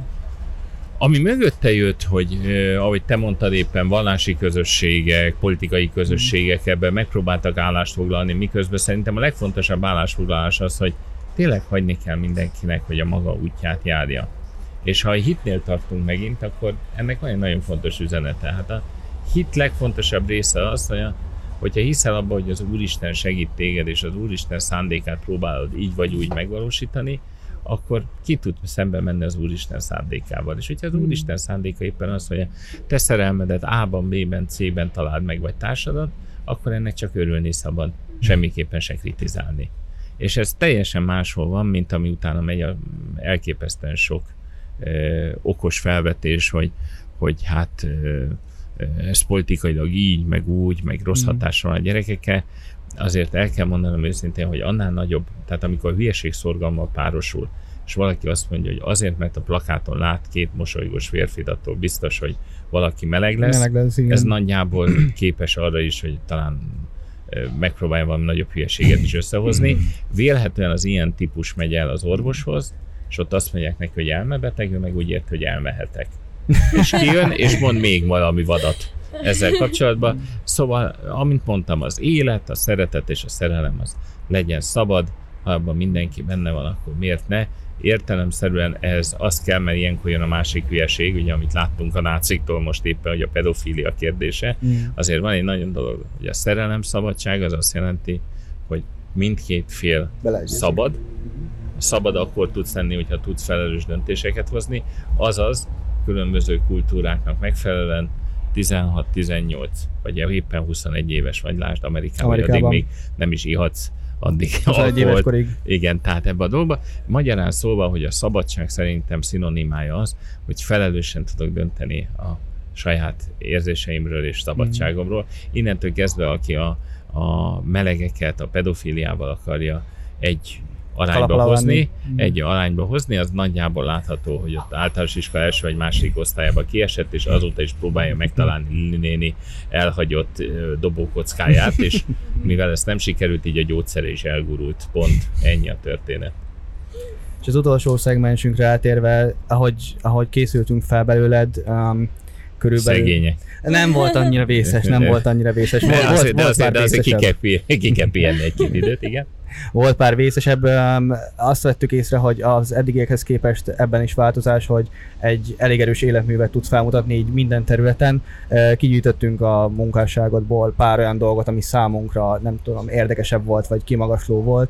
Ami mögötte jött, hogy ahogy te mondtad éppen, vallási közösségek, politikai közösségek ebben megpróbáltak állást foglalni, miközben szerintem a legfontosabb állásfoglalás az, hogy tényleg hagyni kell mindenkinek, hogy a maga útját járja. És ha a hitnél tartunk megint, akkor ennek nagyon fontos üzenete. Hát a hit legfontosabb része az, hogyha hiszel abban, hogy az Úristen segít téged, és az Úristen szándékát próbálod így vagy úgy megvalósítani, akkor ki tud szembe menni az Úristen szándékával. És hogyha az Úristen szándéka éppen az, hogy a te szerelmedet A-ban, B-ben, C-ben találd meg, vagy társadat, akkor ennek csak örülni szabad, semmiképpen se kritizálni. És ez teljesen máshol van, mint ami utána megy elképesztően sok okos felvetés, hogy hát ez politikailag így, meg úgy, meg rossz hatással van a gyerekekkel. Azért el kell mondanom őszintén, hogy annál nagyobb, tehát amikor a hülyeségszorgalommal párosul, és valaki azt mondja, hogy azért, mert a plakáton lát két mosolygós férfit, attól biztos, hogy valaki meleg lesz ez nagyjából képes arra is, hogy talán megpróbálja valami nagyobb hülyeséget is összehozni. Vélhetően az ilyen típus megy el az orvoshoz, és ott azt mondják neki, hogy elmebeteg, ő meg úgy ért, hogy elmehetek. És kijön, és mond még valami vadat ezzel kapcsolatban. Szóval, amint mondtam, az élet, a szeretet és a szerelem az legyen szabad, ha abban mindenki benne van, akkor miért ne? Értelemszerűen ez azt kell, mert ilyenkor jön a másik hülyeség, ugye, amit láttunk a náciktól most éppen, hogy a pedofília kérdése. Azért van egy nagyon dolog, hogy a szerelem szabadság az azt jelenti, hogy mindkét fél szabad. Szabad akkor tudsz lenni, hogyha tudsz felelős döntéseket hozni, azaz különböző kultúráknak megfelelően 16-18, vagy éppen 21 éves vagy, lásd Amerikában, addig még nem is ihatsz addig alkoholt. Igen, tehát ebbe a dologba. Magyarán szólva, hogy a szabadság szerintem szinonimája az, hogy felelősen tudok dönteni a saját érzéseimről és szabadságomról. Innentől kezdve, aki a melegeket a pedofíliával akarja egy arányba hozni, az nagyjából látható, hogy ott általános iskola első vagy második osztályába kiesett, és azóta is próbálja megtalálni néni elhagyott dobókockáját, és mivel ezt nem sikerült, így a gyógyszere is elgurult. Pont ennyi a történet. És az utolsó szegmensünkre átérve, ahogy készültünk fel belőled, körülbelül... Szegények. Nem volt annyira vészes, De azért ki kell pihenni egy-két időt, igen. Volt pár vészesebb, azt vettük észre, hogy az eddigiekhez képest ebben is változás, hogy egy elég erős életművet tudsz felmutatni így minden területen. Kigyűjtöttünk a munkásságodból pár olyan dolgot, ami számunkra, nem tudom, érdekesebb volt, vagy kimagasló volt.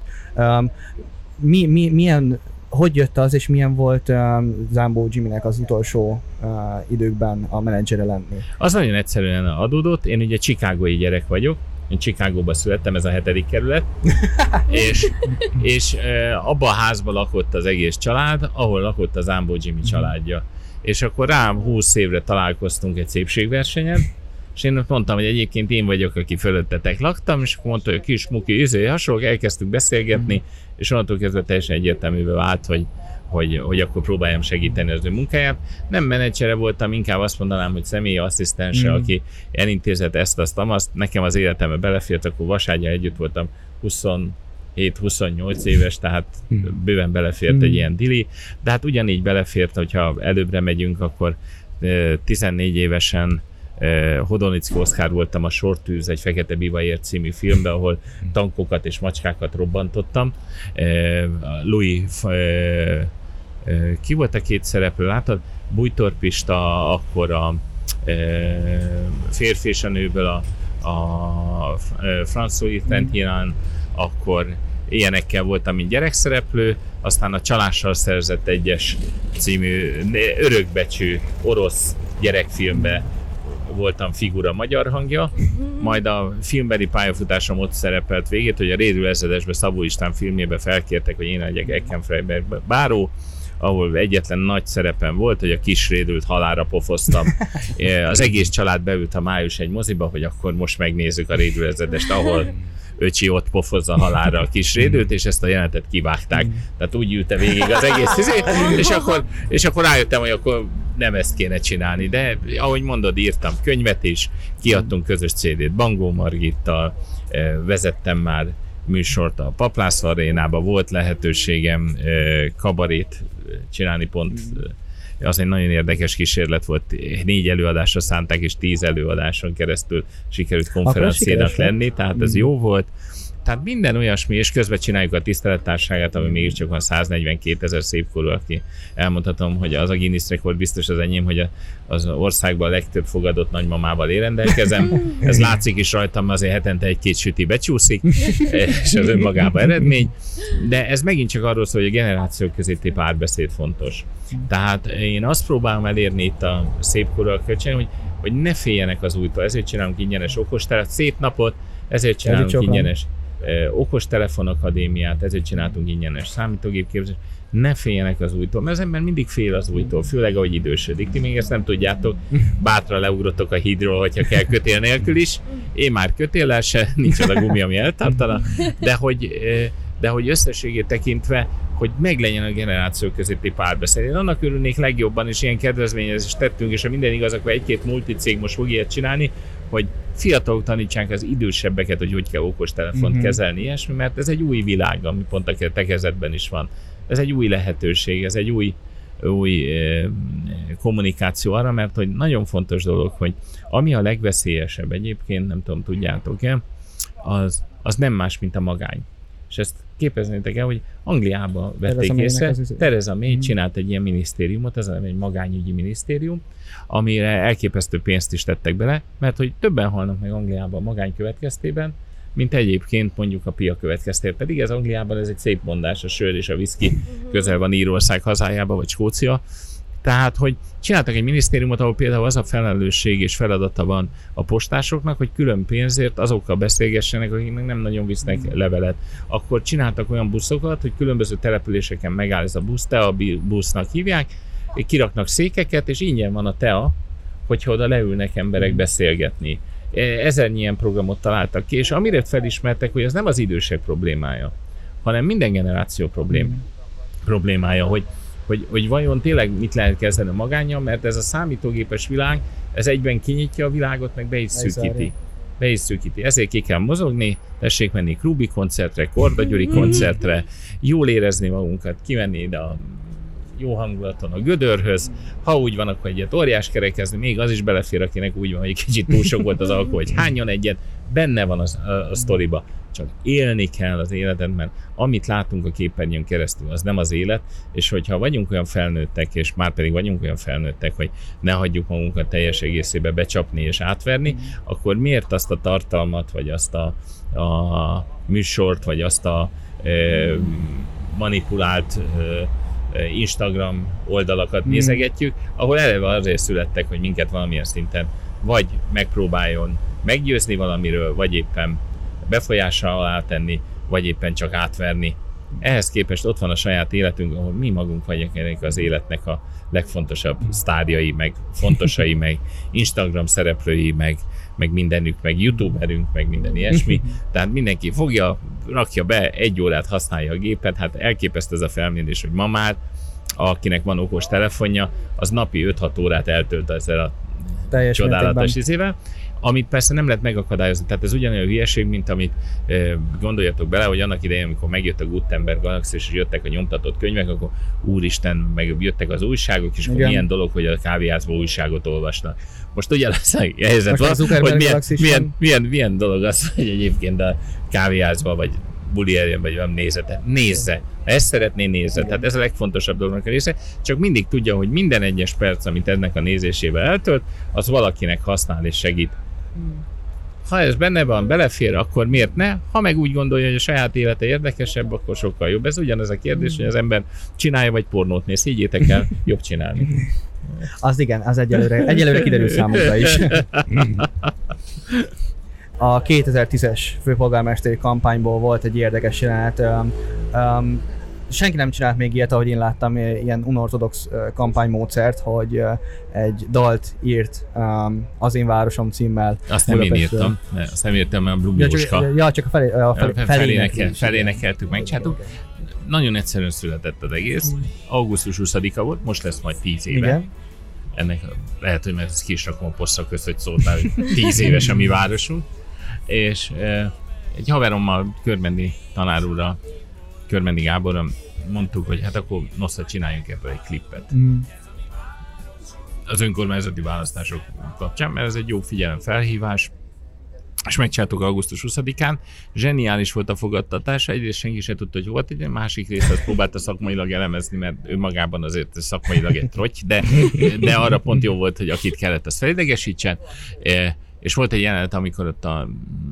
Hogy jött az, és milyen volt Zambó Jimmynek az utolsó időkben a menedzsere lenni? Az nagyon egyszerűen adódott. Én ugye chicagói gyerek vagyok. Én Chicagóban születtem, ez a 7. kerület, és abban a házban lakott az egész család, ahol lakott a Zambó Jimmy családja. És akkor rám 20 évre találkoztunk egy szépségversenyen, és én ott mondtam, hogy egyébként én vagyok, aki fölöttetek laktam, és akkor mondta, hogy kis muki, hasonlók, elkezdtük beszélgetni, és onnantól kezdve teljesen egyértelművé vált, hogy akkor próbáljam segíteni az ő munkáját. Nem menedzsere voltam, inkább azt mondanám, hogy személyi asszisztense, aki elintézett ezt, azt, nekem az életembe belefért, akkor Vaságyal együtt voltam 25 27-28 éves, tehát bőven belefért egy ilyen dili, de hát ugyanígy belefért, hogyha előbbre megyünk, akkor 14 évesen Hodonický Oszkár voltam a Sortűz, egy Fekete Bivaért című filmben, ahol tankokat és macskákat robbantottam. Louis, ki volt a két szereplő, látod? Bújtor Pista, akkor a Férfi és a nőből a François Trenthiran, akkor ilyenekkel voltam, mint gyerekszereplő, aztán a Csalással szerzett egyes című örökbecsű orosz gyerekfilmbe voltam figura magyar hangja, majd a filmbeli pályafutásom ott szerepelt végét, hogy a Rédül ezredesbe Szabó István filmjébe felkértek, hogy én legyek Eckenfreiberg báró, ahol egyetlen nagy szerepem volt, hogy a kis Rédült halálra pofoztam. Az egész család beült a május egy moziba, hogy akkor most megnézzük a Rédül ezredest, ahol öcsi ott pofozza halálra a kis Rédült, és ezt a jelenetet kivágták. Tehát úgy ülte végig az egész és akkor rájöttem, hogy akkor nem ezt kéne csinálni, de ahogy mondod, írtam könyvet is, kiadtunk közös CD-t Bangó Margittal, vezettem már műsort a Paplászló Arénába, volt lehetőségem kabarét csinálni, pont az egy nagyon érdekes kísérlet volt, 4 előadásra szánták, és 10 előadáson keresztül sikerült konferenciának lenni, tehát ez jó volt. Tehát minden olyasmi, és közben csináljuk a tisztelettárságát, ami mégiscsak van 142 000 szépkorú, aki elmondhatom, hogy az a Guinness rekord biztos az enyém, hogy az országban a legtöbb fogadott nagymamával én rendelkezem. Ez látszik is rajtam, azért hetente 1-2 süti becsúszik, és az önmagában eredmény. De ez megint csak arról szól, hogy a generációk közötti párbeszéd fontos. Tehát én azt próbálom elérni itt a szépkorúak köcsén, hogy ne féljenek az újtól. Ezért csinálunk ingyenes okostelefon, szép napot, ezért csinálunk ingyenes okostelefon akadémiát, ezért csináltunk ingyenes számítógépképzést. Ne féljenek az újtól, mert az ember mindig fél az újtól, főleg ahogy idősödik. Ti még ezt nem tudjátok, bátran leugrotok a hídról, hogyha kell kötél nélkül is. Én már kötéllel se, nincs az a gumi, ami eltartana, de hogy összességét tekintve, hogy meglegyen a generációk közötti párbeszéd. Én annak örülnék legjobban, és ilyen kedvezményezést tettünk, és ha minden igaz, akkor 1-2 multicég most fog ilyet csinálni, hogy fiatalok tanítsák az idősebbeket, hogy kell okostelefont kezelni, ilyesmi, mert ez egy új világ, ami pont a te kezedben is van. Ez egy új lehetőség, ez egy új kommunikáció arra, mert hogy nagyon fontos dolog, hogy ami a legveszélyesebb egyébként, nem tudom, tudjátok-e, az nem más, mint a magány. És ezt képeznétek el, hogy Angliában vették észre, Theresa May csinált egy ilyen minisztériumot, ez egy magányügyi minisztérium, amire elképesztő pénzt is tettek bele, mert hogy többen halnak meg Angliában a magány következtében, mint egyébként mondjuk a pia következtében. Pedig ez Angliában ez egy szép mondás, a sör és a whisky közel van Írország hazájába, vagy Skócia. Tehát, hogy csináltak egy minisztériumot, ahol például az a felelősség és feladata van a postásoknak, hogy külön pénzért azokkal beszélgessenek, akiknek nem nagyon visznek levelet. Akkor csináltak olyan buszokat, hogy különböző településeken megáll ez a busz, TEA busznak hívják, kiraknak székeket, és ingyen van a TEA, hogyha oda leülnek emberek beszélgetni. 1000 ilyen programot találtak ki, és amire felismertek, hogy ez nem az idősek problémája, hanem minden generáció problémája, hogy vajon tényleg mit lehet kezdeni a magánnyal, mert ez a számítógépes világ, ez egyben kinyitja a világot, meg be is szűkíti. Ezért ki kell mozogni, tessék menni Krubi koncertre, Korda Gyuri koncertre, jól érezni magunkat, kimenni ide a jó hangulaton a Gödörhöz, ha úgy van, akkor egyet óriás kerekezni, még az is belefér, akinek úgy van, hogy kicsit túl sok volt az alkohol, hogy hányjon egyet, benne van a sztoriba. Csak élni kell az életet, mert amit látunk a képernyőn keresztül, az nem az élet, és hogyha vagyunk olyan felnőttek, és már pedig vagyunk olyan felnőttek, hogy ne hagyjuk magunkat teljes egészébe becsapni és átverni, akkor miért azt a tartalmat, vagy azt a műsort, vagy azt a manipulált Instagram oldalakat nézegetjük, ahol eleve azért születtek, hogy minket valamilyen szinten vagy megpróbáljon meggyőzni valamiről, vagy éppen befolyással alá tenni, vagy éppen csak átverni. Ehhez képest ott van a saját életünk, ahol mi magunk vagyunk ennek az életnek a legfontosabb sztárjai, meg fontosai, meg Instagram szereplői, meg mindenük, meg youtuberünk, meg minden ilyesmi. Tehát mindenki fogja, rakja be, 1 órát használja a gépet, hát elképesztő ez a felmérés, hogy ma már, akinek van okos telefonja, az napi 5-6 órát eltölt ezzel a csodálatos izével. amit persze nem lehet megakadályozni. Tehát ez ugyanolyan hülyeség, mint amit gondoljatok bele, hogy annak idején, amikor megjött a Gutenberg galaxis, és jöttek a nyomtatott könyvek, akkor úristen, meg jöttek az újságok, és akkor milyen dolog, hogy a kávéházban újságot olvasnak. Most ugyanaz a helyzet van, hogy milyen dolog az, hogy egyébként a kávéházban, vagy bulierjen, vagy valami nézze. Ha ezt szeretné, nézze. Tehát ez a legfontosabb dolognak a része. Csak mindig tudja, hogy minden egyes perc, amit ennek a nézésével eltölt, az valakinek használ és segít. Ha ez benne van, belefér, akkor miért ne? Ha meg úgy gondolja, hogy a saját élete érdekesebb, akkor sokkal jobb. Ez ugyanaz a kérdés, hogy az ember csinálja, vagy pornót néz. Higgyétek el, jobb csinálni. Az igen, az egyelőre kiderül számunkra is. A 2010-es főpolgármesteri kampányból volt egy érdekes jelenet. Senki nem csinált még ilyet, ahogy én láttam, ilyen unorthodox kampánymódszert, hogy egy dalt írt Az én városom címmel. Azt nem én írtam, azt nem írtam, mert a Blubjóska. Csak a felénekeltük, megcsináltuk. Nagyon egyszerűen született az egész. Augusztus 20-a volt, most lesz majd 10 éve. Igen. Ennek lehet, hogy ezt ki is rakom a posztra közt, hogy szóltál, hogy 10 éves a mi városunk. És egy haverommal, Körmendi tanár úrral, Körmendi Gáborral mondtuk, hogy hát akkor nosza csináljunk ebből egy klippet. Az önkormányzati választások kapcsán, mert ez egy jó figyelemfelhívás, és megcsináltuk augusztus 20-án. Zseniális volt a fogadtatása, egyrészt senki se tudta, hogy volt, egy másik részt azt próbálta szakmailag elemezni, mert ő magában azért szakmailag egy trotty, de arra pont jó volt, hogy akit kellett, azt felidegesítsen. És volt egy jelenet, amikor ott a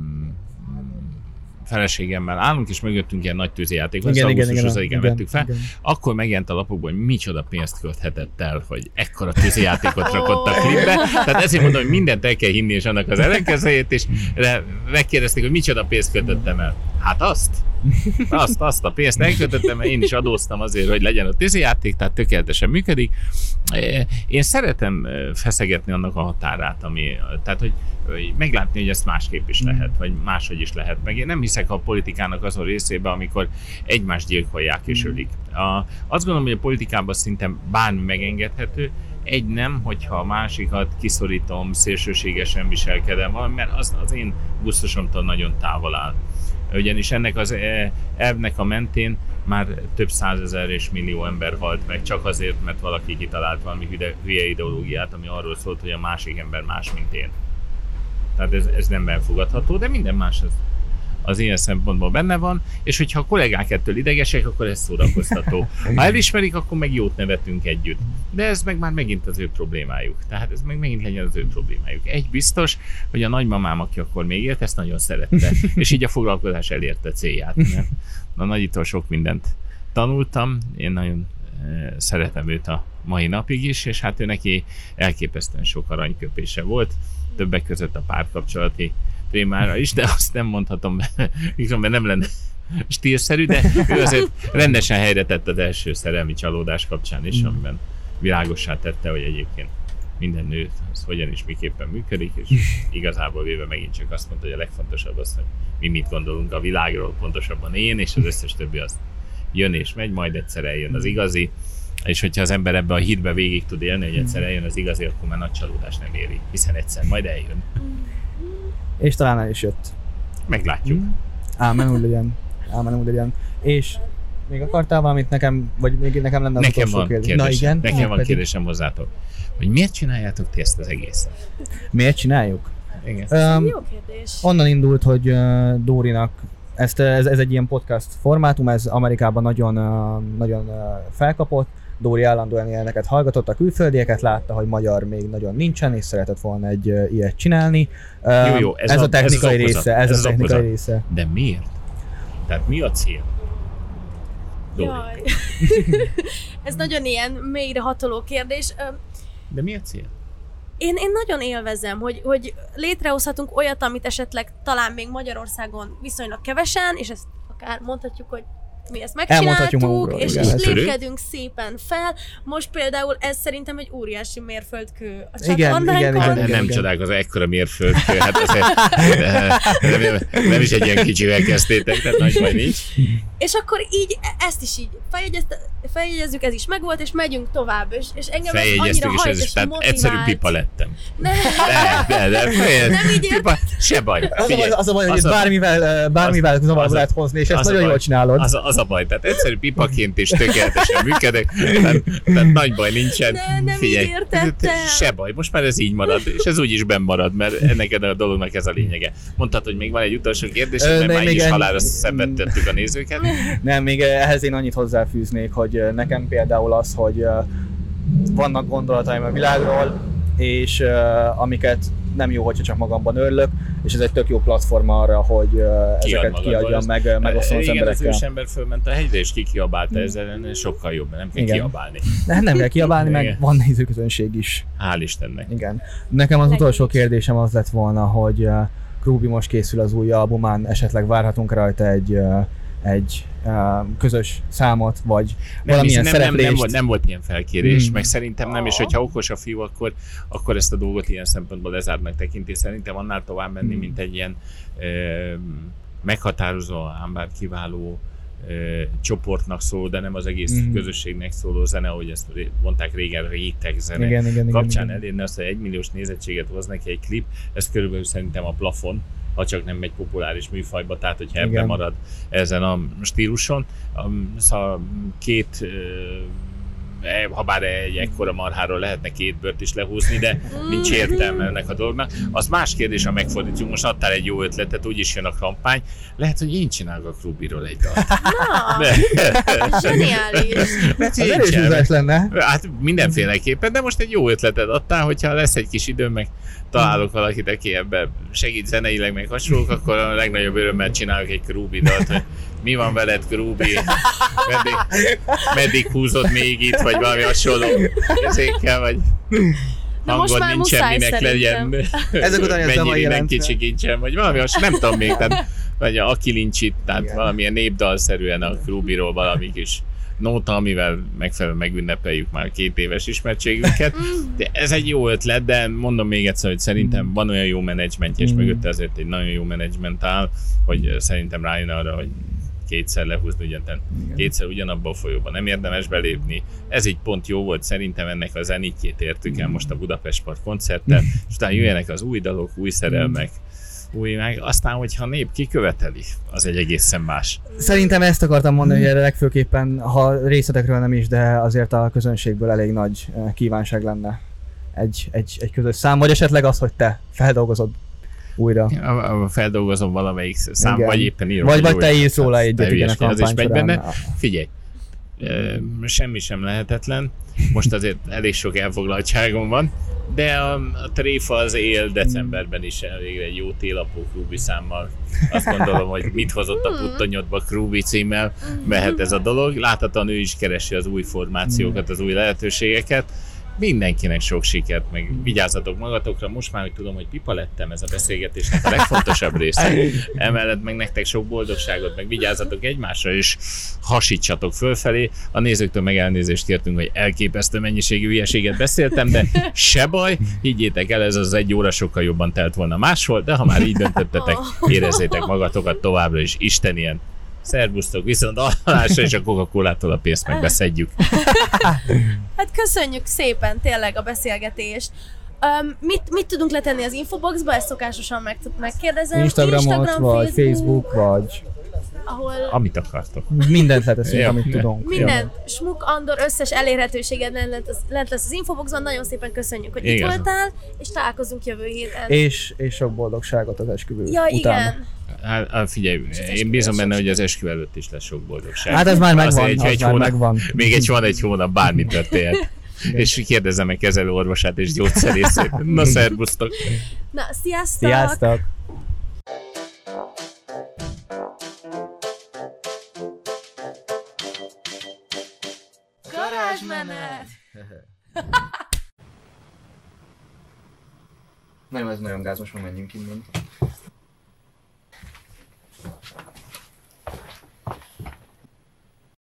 feleségemmel állunk, és mögöttünk ilyen nagy tűzijáték van, augusztus 20-án vettük fel, akkor megjelent a lapokból, hogy micsoda pénzt költhetett el, hogy ekkora tűzijátékot rakott a klipbe. Tehát ezért mondom, hogy mindent el kell hinni, és annak az ellenkezőjét, és megkérdezték, hogy micsoda pénzt költöttem el. Hát azt a pénzt elköltöttem, mert én is adóztam azért, hogy legyen a tűzijáték, tehát tökéletesen működik. Én szeretem feszegetni annak a határát, tehát hogy meglátni, hogy ezt másképp is lehet, vagy máshogy is lehet. Meg én nem hiszek a politikának azon részébe, amikor egymást gyilkolják és ölik. Azt gondolom, hogy a politikában szinte bármi megengedhető, egy nem, hogyha a másikat kiszorítom, szélsőségesen viselkedem, mert az én gusztusomtól nagyon távol áll. Ugyanis ennek az elvnek a mentén már több százezer és millió ember halt meg, csak azért, mert valaki kitalált valami hülye ideológiát, ami arról szólt, hogy a másik ember más, mint én. Tehát ez nem elfogadható, de minden más az ilyen szempontból benne van, és hogyha a kollégák ettől idegesek, akkor ez szórakoztató. Ha elismerik, akkor meg jót nevetünk együtt. De ez meg már megint az ő problémájuk. Tehát ez meg megint legyen az ő problémájuk. Egy biztos, hogy a nagymamám, aki akkor még élt, ezt nagyon szerette, és így a foglalkozás elérte célját. Mert a nagyitól sok mindent tanultam, én nagyon szeretem őt a mai napig is, és hát ő neki elképesztően sok aranyköpése volt, többek között a párkapcsolati témára is, de azt nem mondhatom, mert nem lenne stílszerű, de ő azért rendesen helyre tett az első szerelmi csalódás kapcsán is, amiben világossá tette, hogy egyébként minden nő az hogyan is miképpen működik, és igazából véve megint csak azt mondta, hogy a legfontosabb az, hogy mi mit gondolunk a világról, pontosabban én, és az összes többi az jön és megy, majd egyszer eljön az igazi, és hogyha az ember ebbe a hitbe végig tud élni, hogy egyszer eljön az igazi, akkor már nagy csalódás nem éri, hiszen egyszer majd eljön. És talán el is jött. Meglátjuk. Ámen úgy legyen. És még akartál valamit nekem, vagy még nekem lenne az utolsó kérdés? Na igen. Nekem van kérdésem hozzátok. Hogy miért csináljátok ti ezt az egészet? Miért csináljuk? Igen. Jó kérdés. Onnan indult, hogy Dórinak ez egy ilyen podcast formátum, ez Amerikában nagyon felkapott. Dóri állandóan ilyeneket hallgatott, a külföldieket, látta, hogy magyar még nagyon nincsen, és szeretett volna egy ilyet csinálni. Jó, ez a technikai része. De miért? Tehát mi a cél? Jaj. Ez nagyon ilyen mélyre hatoló kérdés. De mi a cél? Én nagyon élvezem, hogy létrehozhatunk olyat, amit esetleg talán még Magyarországon viszonylag kevesen, és ezt akár mondhatjuk, hogy mi ezt megcsináltuk, és lépkedünk szépen fel. Most például ez szerintem egy óriási mérföldkő a csatornánkon. Nem csodálkozom, ekkora mérföldkő, hát azért nem is egy ilyen kicsivel kezdtétek, tehát nagy baj nincs. És akkor így, ezt is így feljegyezzük, ez is megvolt, és megyünk tovább, és engem ez annyira hajt, és motivált. Egyszerű pipa lettem. Nem. Nem így érted? Se baj. Az a baj, hogy bármivel zavarba lehet hozni, és ezt nagyon jól csinálod. Az a baj, tehát egyszerű pipaként is tökéletesen működik, tehát nagy baj nincsen. Nem így értettem. Se baj, most már ez így marad, és ez úgyis benn marad, mert ennek a dolognak ez a lényege. Mondtad, hogy még van egy utolsó kérdés, mert már is halálra szenvedtettük a nézőket. Nem, még ehhez én annyit hozzáfűznék, hogy nekem például az, hogy vannak gondolataim a világról, és amiket nem jó, hogyha csak magamban örlök, és ez egy tök jó platform arra, hogy ezeket kiadjam, megosztom az emberekkel. Igen, az ősember fölment a hegyre, és kiabálta ezzel, sokkal jobb, nem kell kiabálni. Nem kell kiabálni, meg van nézőközönség is. Hál' Istennek. Igen. Nekem az utolsó kérdésem az lett volna, hogy Krúbi most készül az új albumán, esetleg várhatunk rajta egy közös számot, vagy valamilyen szereplést. Nem volt ilyen felkérés, meg szerintem nem, és hogyha okos a fiú, akkor ezt a dolgot ilyen szempontból lezártnak tekinti. Szerintem annál tovább menni, mint egy ilyen meghatározó, ám bár kiváló csoportnak szól, de nem az egész közösségnek szóló zene, ahogy ezt mondták régen, réteg zene. Igen, kapcsán elérni azt, hogy 1 milliós nézettséget hoz neki egy klip, ez körülbelül szerintem a plafon, ha csak nem megy populáris műfajba, tehát hogyha ebben marad ezen a stíluson. Szóval ha bár egy ekkora marháról lehetne 2 bört is lehúzni, de nincs értelme ennek a dolognak. Az más kérdés, ha megfordítjuk, most adtál egy jó ötletet, úgyis jön a kampány, lehet, hogy én csinálok a Krúbiról egy dalt. Zseniális. Az erős húzás lenne. Hát mindenféleképpen, de most egy jó ötletet adtál, hogyha lesz egy kis időm, meg találok valakit, aki ebben segít zeneileg, meg hasonlók, akkor a legnagyobb örömmel csinálok egy Krúbi dalt, hogy mi van veled, Krúbi? Meddig húzod még itt, vagy valami hasonló ezékkel, vagy hangod nincsen, minek legyen. Ezek után ez a mai nem kicsikincsem, vagy valami hasonló, nem tudom még, tehát, vagy aki nincs itt, tehát valamilyen népdalszerűen a Krúbiról valami kis nóta, amivel megfelelően megünnepeljük már 2 éves ismertségünket. De ez egy jó ötlet, de mondom még egyszer, hogy szerintem van olyan jó menedzsmentje, és mögötte azért egy nagyon jó menedzsment áll, hogy szerintem rájön arra, hogy 2-szer lehúzni, kétszer ugyanabba a folyóban nem érdemes belépni. Ez így pont jó volt, szerintem ennek a zenítjét értük el most a Budapest Park koncerttel, és utána jöjjenek az új dalok, új szerelmek, meg aztán, hogyha a nép kiköveteli, az egy egészen más. Szerintem ezt akartam mondani, hogy erre legfőképpen, ha részletekről nem is, de azért a közönségből elég nagy kívánság lenne egy közös szám, vagy esetleg az, hogy te feldolgozod újra. Feldolgozom valamelyik szám, vagy éppen írom. Vagy te írsz róla egyet, igen, a kampány során. Figyelj, semmi sem lehetetlen, most azért elég sok elfoglaltságom van, de a tréfa az él decemberben is elvégre egy jó télapó Krúbi számmal. Azt gondolom, hogy mit hozott a puttonyodba Krúbi címmel, mehet ez a dolog. Láthatóan ő is keresi az új formációkat, az új lehetőségeket. Mindenkinek sok sikert, meg vigyázzatok magatokra. Most már, hogy tudom, hogy pipa lettem, ez a beszélgetésnek a legfontosabb része. Emellett meg nektek sok boldogságot, meg vigyázzatok egymásra, és hasítsatok fölfelé. A nézőktől meg elnézést kértünk, hogy elképesztő mennyiségű hülyeséget beszéltem, de se baj, higgyétek el, ez az 1 óra sokkal jobban telt volna máshol, de ha már így döntöttetek, érezzétek magatokat továbbra is istenien. Szervusztok, viszont hallásra, és a Coca-Colától a pénzt megbeszedjük. Hát köszönjük szépen tényleg a beszélgetést. Mit tudunk letenni az infoboxba? Ezt szokásosan megkérdezem. Instagram, vagy Facebook, vagy... Ahol... Amit akartok. Mindent leteszünk, amit tudunk. Mindent. Smuk Andor összes elérhetőséged lent lesz az infoboxban. Nagyon szépen köszönjük, hogy itt voltál, és találkozunk jövő héten. És sok boldogságot az esküvő után. Igen. Hát figyelj, én bízom benne, hogy az esküvő előtt is lesz sok boldogság. Hát ez már megvan, Még van egy hónap, bármi történhet. És kérdezzem meg kezelőorvosát és gyógyszerészét. Na, szervusztok! Na, sziasztok! Sziasztok! Garázsmenet! Nem, ez nagyon gáz, most már menjünk innen.